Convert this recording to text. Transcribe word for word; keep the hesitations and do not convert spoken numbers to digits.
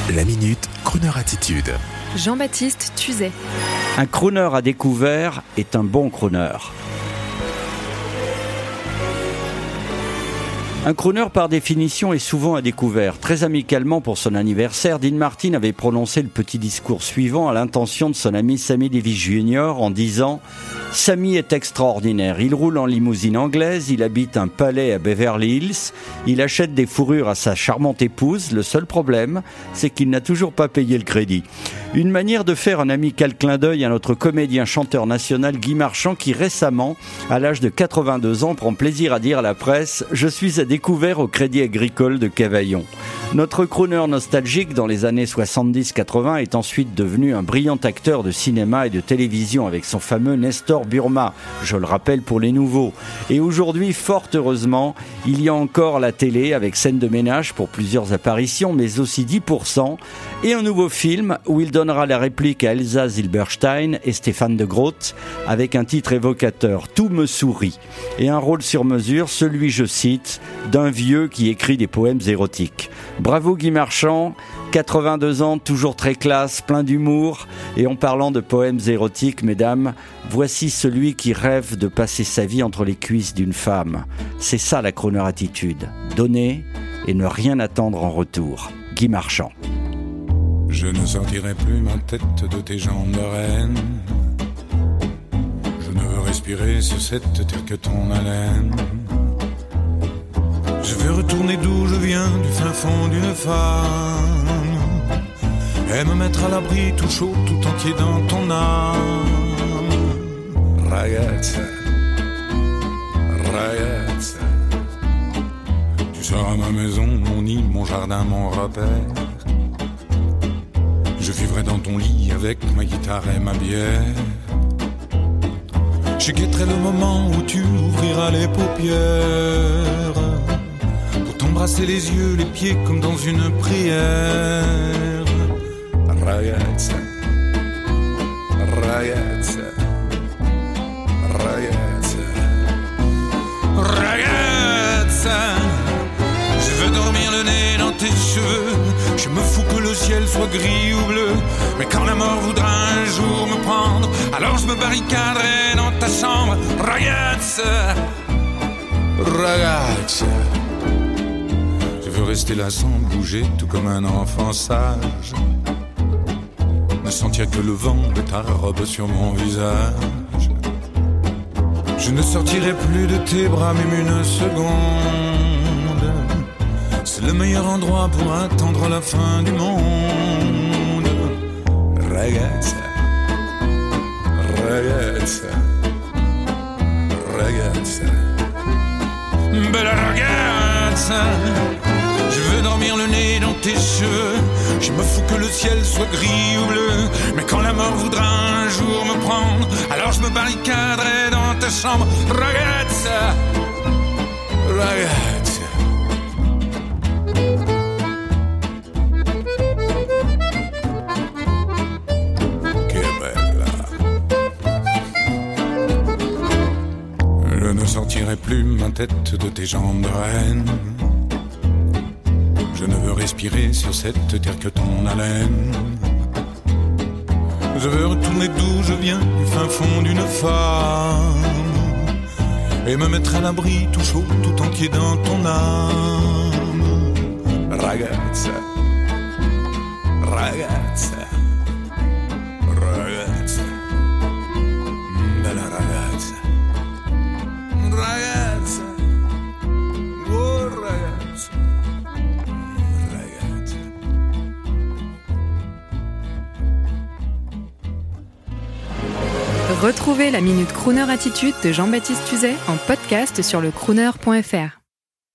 La Minute Crooner Attitude. Jean-Baptiste Tuzet. Un crooner à découvert est un bon crooner. Un crooner, par définition, est souvent à découvert. Très amicalement pour son anniversaire, Dean Martin avait prononcé le petit discours suivant à l'intention de son ami Sammy Davis junior en disant « Sammy est extraordinaire. Il roule en limousine anglaise, il habite un palais à Beverly Hills, il achète des fourrures à sa charmante épouse. Le seul problème, c'est qu'il n'a toujours pas payé le crédit. » Une manière de faire un amical clin d'œil à notre comédien-chanteur national Guy Marchand qui récemment, à l'âge de quatre-vingt-deux ans, prend plaisir à dire à la presse « Je suis à découvert au Crédit Agricole de Cavaillon ». Notre crooner nostalgique dans les années soixante-dix quatre-vingts est ensuite devenu un brillant acteur de cinéma et de télévision avec son fameux Nestor Burma, je le rappelle pour les nouveaux. Et aujourd'hui, fort heureusement, il y a encore la télé avec scène de ménage pour plusieurs apparitions, mais aussi dix pour cent, et un nouveau film où il donnera la réplique à Elsa Zilberstein et Stéphane de Groot avec un titre évocateur, Tout me sourit, et un rôle sur mesure, celui, je cite, d'un vieux qui écrit des poèmes érotiques. Bravo Guy Marchand, quatre-vingt-deux ans, toujours très classe, plein d'humour. Et en parlant de poèmes érotiques, mesdames, voici celui qui rêve de passer sa vie entre les cuisses d'une femme. C'est ça la crooner attitude, donner et ne rien attendre en retour. Guy Marchand. Je ne sortirai plus ma tête de tes jambes de reine. Je ne veux respirer sur cette terre que ton haleine. Je veux retourner d'où je viens, du fin fond d'une femme, et me mettre à l'abri tout chaud, tout entier dans ton âme. Ragazza, ragazza, tu seras ma maison, mon île, mon jardin, mon repère. Je vivrai dans ton lit avec ma guitare et ma bière. Je guetterai le moment où tu ouvriras les paupières, t'embrasser les yeux, les pieds comme dans une prière. Ragazza, ragazza, ragazza, ragazza. Je veux dormir le nez dans tes cheveux. Je me fous que le ciel soit gris ou bleu. Mais quand la mort voudra un jour me prendre, alors je me barricaderai dans ta chambre. Ragazza, ragazza. Je veux rester là sans bouger, tout comme un enfant sage. Ne sentir que le vent de ta robe sur mon visage. Je ne sortirai plus de tes bras même une seconde. C'est le meilleur endroit pour attendre la fin du monde. Ragazza, ragazza, ragazza, bella ragazza. Je veux dormir le nez dans tes cheveux. Je me fous que le ciel soit gris ou bleu. Mais quand la mort voudra un jour me prendre, alors je me barricaderai dans ta chambre. Ragazza, ragazza. Que bella. Je ne sortirai plus ma tête de tes jambes de reine. Je ne veux respirer sur cette terre que ton haleine. Je veux retourner d'où je viens, du fin fond d'une femme, et me mettre à l'abri tout chaud, tout entier dans ton âme. Ragazza, ragazza, ragazza, bella ragazza, ragazza, oh ragazza. Retrouvez la Minute Crooner Attitude de Jean-Baptiste Tuzet en podcast sur le crooner point f r.